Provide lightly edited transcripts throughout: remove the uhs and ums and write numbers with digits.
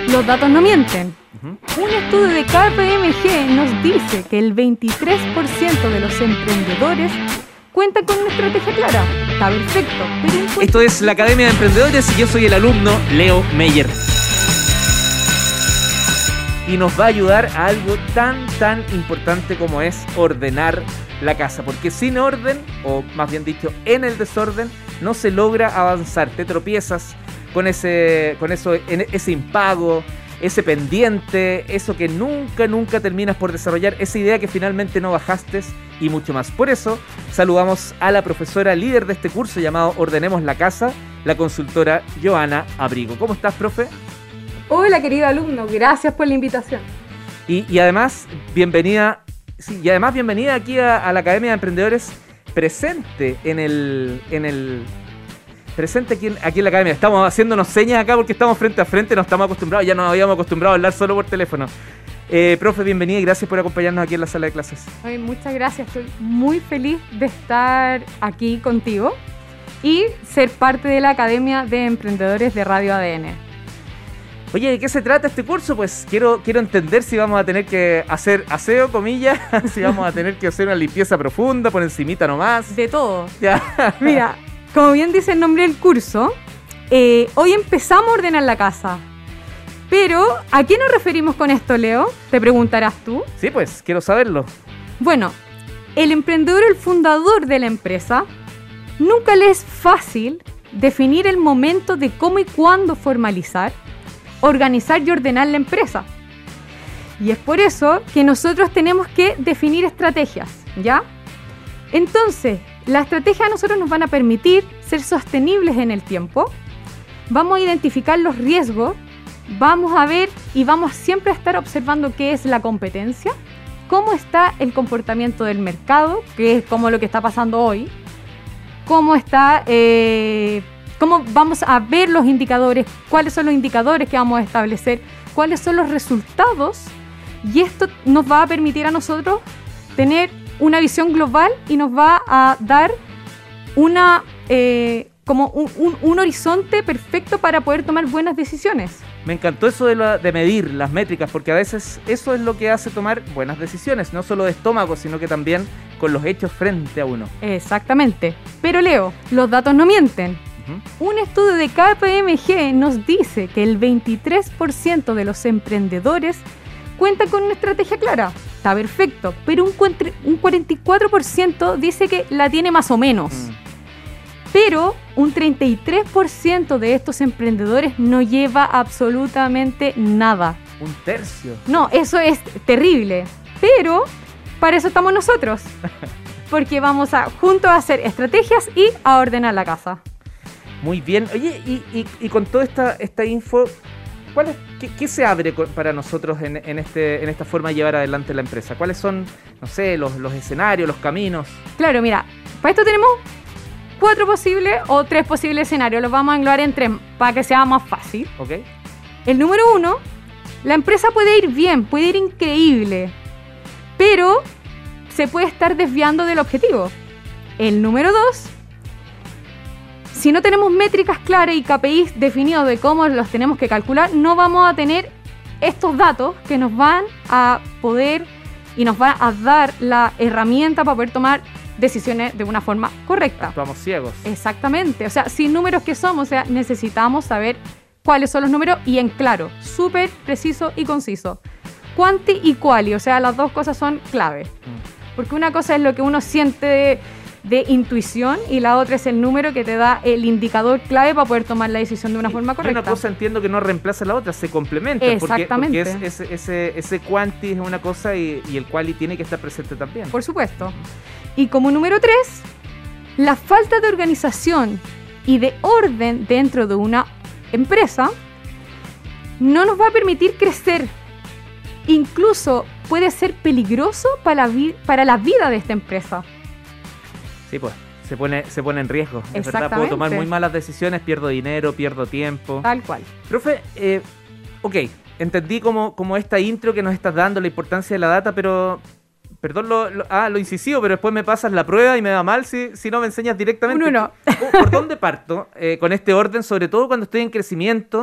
Los datos no mienten. Un estudio de KPMG nos dice que el 23% de los emprendedores cuentan con una estrategia clara. Está perfecto. Pero Esto es la Academia de Emprendedores y yo soy el alumno Leo Meyer. Y nos va a ayudar a algo tan importante como es ordenar la casa. Porque sin orden, o más bien dicho, en el desorden, no se logra avanzar. Te tropiezas con ese impago, ese pendiente, eso que nunca terminas por desarrollar, esa idea que finalmente no bajaste y mucho más. Por eso saludamos a la profesora líder de este curso llamado Ordenemos la Casa, la consultora Joana Abrigo. ¿Cómo estás, profe? Hola, querido alumno, gracias por la invitación. Y además, bienvenida aquí a la Academia de Emprendedores, presente presente aquí en la academia. Estamos haciéndonos señas acá porque estamos frente a frente, no estamos acostumbrados, ya nos habíamos acostumbrado a hablar solo por teléfono. Profe, bienvenida y gracias por acompañarnos aquí en la sala de clases. Ay, muchas gracias, estoy muy feliz de estar aquí contigo y ser parte de la Academia de Emprendedores de Radio ADN. Oye, ¿de qué se trata este curso? Pues quiero entender si vamos a tener que hacer aseo, comillas, si vamos a tener que hacer una limpieza profunda, por encimita nomás. De todo. Ya. Mira, como bien dice el nombre del curso, hoy empezamos a ordenar la casa. Pero, ¿a qué nos referimos con esto, Leo? Te preguntarás tú. Sí, pues, quiero saberlo. Bueno, el emprendedor o el fundador de la empresa nunca le es fácil definir el momento de cómo y cuándo formalizar, organizar y ordenar la empresa. Y es por eso que nosotros tenemos que definir estrategias, ¿ya? Entonces, las estrategias a nosotros nos van a permitir ser sostenibles en el tiempo. Vamos a identificar los riesgos, vamos a ver y vamos siempre a estar observando qué es la competencia, cómo está el comportamiento del mercado, que es como lo que está pasando hoy, cómo vamos a ver los indicadores, cuáles son los indicadores que vamos a establecer, cuáles son los resultados, y esto nos va a permitir a nosotros tener una visión global y nos va a dar un horizonte perfecto para poder tomar buenas decisiones. Me encantó eso de medir las métricas, porque a veces eso es lo que hace tomar buenas decisiones, no solo de estómago, sino que también con los hechos frente a uno. Exactamente. Pero Leo, los datos no mienten. Un estudio de KPMG nos dice que el 23% de los emprendedores cuentan con una estrategia clara. Está perfecto, pero un 44% dice que la tiene más o menos. Pero un 33% de estos emprendedores no lleva absolutamente nada. Un tercio. No, eso es terrible. Pero para eso estamos nosotros. Porque vamos juntos a hacer estrategias y a ordenar la casa. Muy bien. Oye, y con toda esta info, ¿qué se abre para nosotros en esta forma de llevar adelante la empresa? ¿Cuáles son, no sé, los escenarios, los caminos? Claro, mira, para esto tenemos 4 posibles o 3 posibles escenarios. Los vamos a englobar en 3 para que sea más fácil. Ok. El número 1, la empresa puede ir bien, puede ir increíble, pero se puede estar desviando del objetivo. El número 2, si no tenemos métricas claras y KPIs definidos de cómo los tenemos que calcular, no vamos a tener estos datos que nos van a poder y nos van a dar la herramienta para poder tomar decisiones de una forma correcta. Actuamos ciegos. Exactamente. O sea, sin números que somos, o sea, necesitamos saber cuáles son los números y en claro, súper preciso y conciso. Quanti y quali, o sea, las dos cosas son clave. Porque una cosa es lo que uno siente de intuición y la otra es el número que te da el indicador clave para poder tomar la decisión de una forma correcta. Una cosa entiendo que no reemplaza la otra, se complementan. Exactamente. Porque ese quanti es una cosa y el quali tiene que estar presente también. Por supuesto. Y como número 3, la falta de organización y de orden dentro de una empresa no nos va a permitir crecer. Incluso puede ser peligroso para la vida de esta empresa. Sí, pues, se pone en riesgo. Es verdad, puedo tomar muy malas decisiones, pierdo dinero, pierdo tiempo. Tal cual. Profe, ok, entendí como esta intro que nos estás dando, la importancia de la data, pero... Perdón lo incisivo, pero después me pasas la prueba y me va mal si no me enseñas directamente. Un 1. ¿Por dónde parto con este orden? Sobre todo cuando estoy en crecimiento,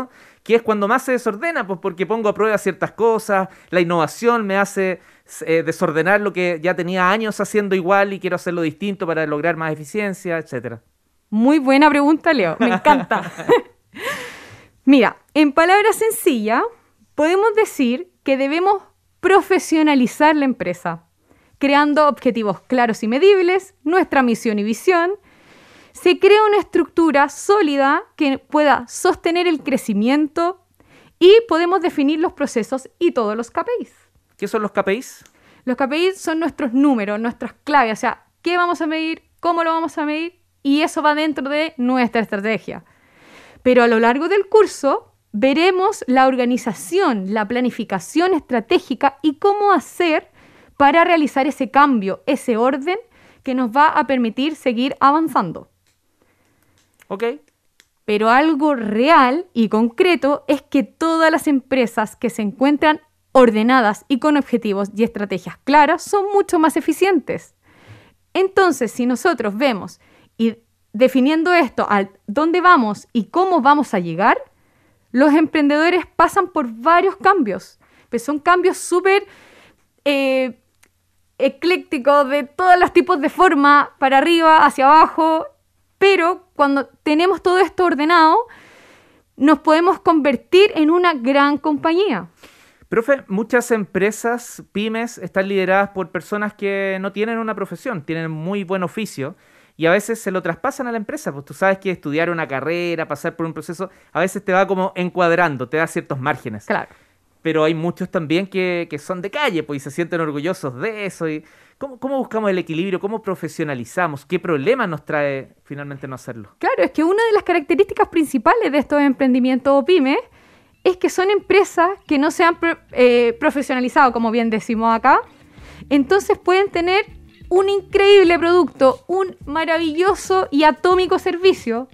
que es cuando más se desordena, pues porque pongo a prueba ciertas cosas, la innovación me hace desordenar lo que ya tenía años haciendo igual y quiero hacerlo distinto para lograr más eficiencia, etcétera. Muy buena pregunta, Leo. Me encanta. Mira, en palabras sencillas, podemos decir que debemos profesionalizar la empresa, creando objetivos claros y medibles, nuestra misión y visión. Se crea una estructura sólida que pueda sostener el crecimiento y podemos definir los procesos y todos los KPIs. ¿Qué son los KPIs? Los KPIs son nuestros números, nuestras claves, o sea, qué vamos a medir, cómo lo vamos a medir, y eso va dentro de nuestra estrategia. Pero a lo largo del curso veremos la organización, la planificación estratégica y cómo hacer para realizar ese cambio, ese orden que nos va a permitir seguir avanzando. Ok. Pero algo real y concreto es que todas las empresas que se encuentran ordenadas y con objetivos y estrategias claras son mucho más eficientes. Entonces, si nosotros vemos y definiendo esto, a dónde vamos y cómo vamos a llegar, los emprendedores pasan por varios cambios. Pues son cambios súper eclécticos, de todos los tipos de forma, para arriba, hacia abajo, pero cuando tenemos todo esto ordenado, nos podemos convertir en una gran compañía. Profe, muchas empresas, pymes, están lideradas por personas que no tienen una profesión, tienen muy buen oficio y a veces se lo traspasan a la empresa. Pues tú sabes que estudiar una carrera, pasar por un proceso, a veces te va como encuadrando, te da ciertos márgenes. Claro. Pero hay muchos también que son de calle, pues, y se sienten orgullosos de eso. Y ¿cómo buscamos el equilibrio? ¿Cómo profesionalizamos? ¿Qué problema nos trae finalmente no hacerlo? Claro, es que una de las características principales de estos emprendimientos o pymes es que son empresas que no se han profesionalizado, como bien decimos acá. Entonces pueden tener un increíble producto, un maravilloso y atómico servicio,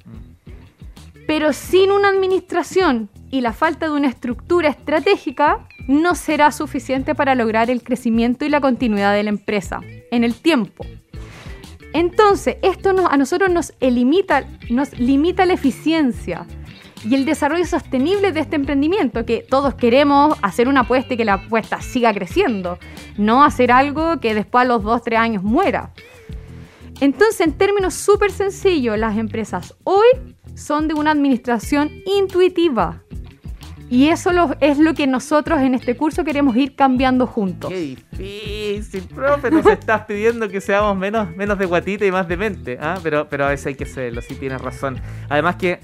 pero sin una administración y la falta de una estructura estratégica no será suficiente para lograr el crecimiento y la continuidad de la empresa en el tiempo. Entonces, esto a nosotros nos limita la eficiencia y el desarrollo sostenible de este emprendimiento, que todos queremos hacer una apuesta y que la apuesta siga creciendo, no hacer algo que después a los 2-3 años muera. Entonces, en términos súper sencillos, las empresas hoy son de una administración intuitiva. Y eso es lo que nosotros en este curso queremos ir cambiando juntos. ¡Qué difícil, profe! Nos estás pidiendo que seamos menos de guatita y más de mente, ¿ah? Pero a veces hay que serlo, sí tienes razón. Además que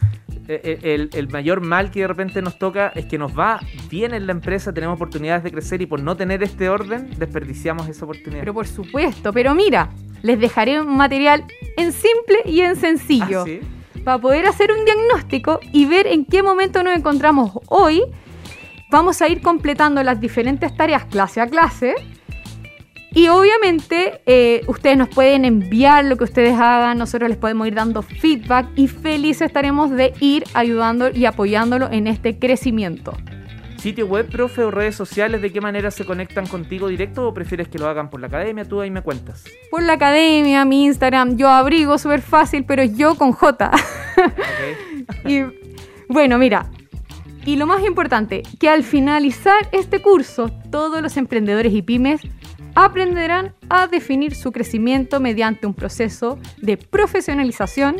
el mayor mal que de repente nos toca es que nos va bien en la empresa, tenemos oportunidades de crecer y por no tener este orden desperdiciamos esa oportunidad. Pero por supuesto, pero mira, les dejaré un material en simple y en sencillo. ¿Ah, sí? Para poder hacer un diagnóstico y ver en qué momento nos encontramos hoy. Vamos a ir completando las diferentes tareas clase a clase y obviamente ustedes nos pueden enviar lo que ustedes hagan, nosotros les podemos ir dando feedback y felices estaremos de ir ayudando y apoyándolo en este crecimiento. ¿Sitio web, profe, o redes sociales? ¿De qué manera se conectan contigo directo o prefieres que lo hagan por la academia? Tú ahí me cuentas. Por la academia, mi Instagram, yo abrigo súper fácil, pero yo con J. Okay. Y bueno, mira, y lo más importante, que al finalizar este curso, todos los emprendedores y pymes aprenderán a definir su crecimiento mediante un proceso de profesionalización.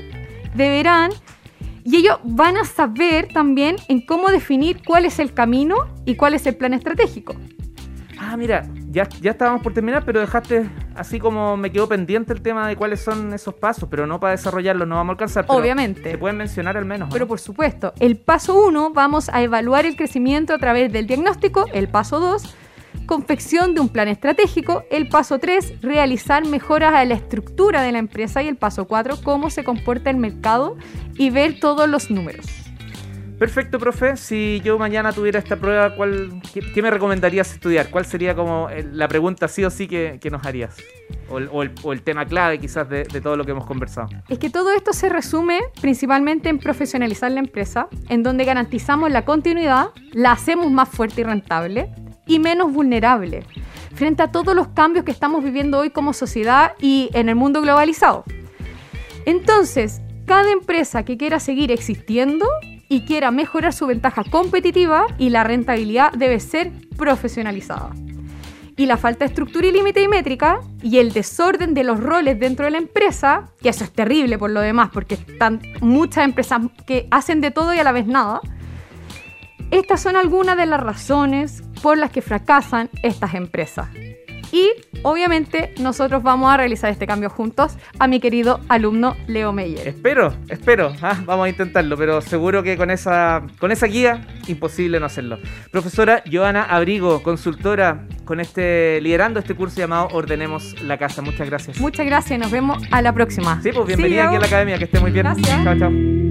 Y ellos van a saber también en cómo definir cuál es el camino y cuál es el plan estratégico. Ah, mira, ya estábamos por terminar, pero dejaste así como me quedó pendiente el tema de cuáles son esos pasos, pero no para desarrollarlo, no vamos a alcanzar. Pero obviamente. Se pueden mencionar al menos, ¿no? Pero por supuesto, el paso 1 vamos a evaluar el crecimiento a través del diagnóstico, el paso 2, confección de un plan estratégico, el paso 3, realizar mejoras a la estructura de la empresa y el paso 4, cómo se comporta el mercado y ver todos los números. Perfecto, profe. Si yo mañana tuviera esta prueba, ¿qué me recomendarías estudiar? ¿Cuál sería como la pregunta sí o sí que nos harías? O el tema clave quizás de todo lo que hemos conversado. Es que todo esto se resume principalmente en profesionalizar la empresa, en donde garantizamos la continuidad, la hacemos más fuerte y rentable y menos vulnerable frente a todos los cambios que estamos viviendo hoy como sociedad y en el mundo globalizado. Entonces, cada empresa que quiera seguir existiendo y quiera mejorar su ventaja competitiva y la rentabilidad debe ser profesionalizada. Y la falta de estructura y límite y métrica y el desorden de los roles dentro de la empresa, que eso es terrible por lo demás, porque están muchas empresas que hacen de todo y a la vez nada. Estas son algunas de las razones por las que fracasan estas empresas. Y obviamente nosotros vamos a realizar este cambio juntos a mi querido alumno Leo Meyer. Espero. Vamos a intentarlo, pero seguro que con esa guía, imposible no hacerlo. Profesora Joana Abrigo, consultora, liderando este curso llamado Ordenemos la Casa. Muchas gracias. Muchas gracias, nos vemos a la próxima. Sí, pues bienvenida aquí a la academia, que esté muy bien. Gracias. Chao.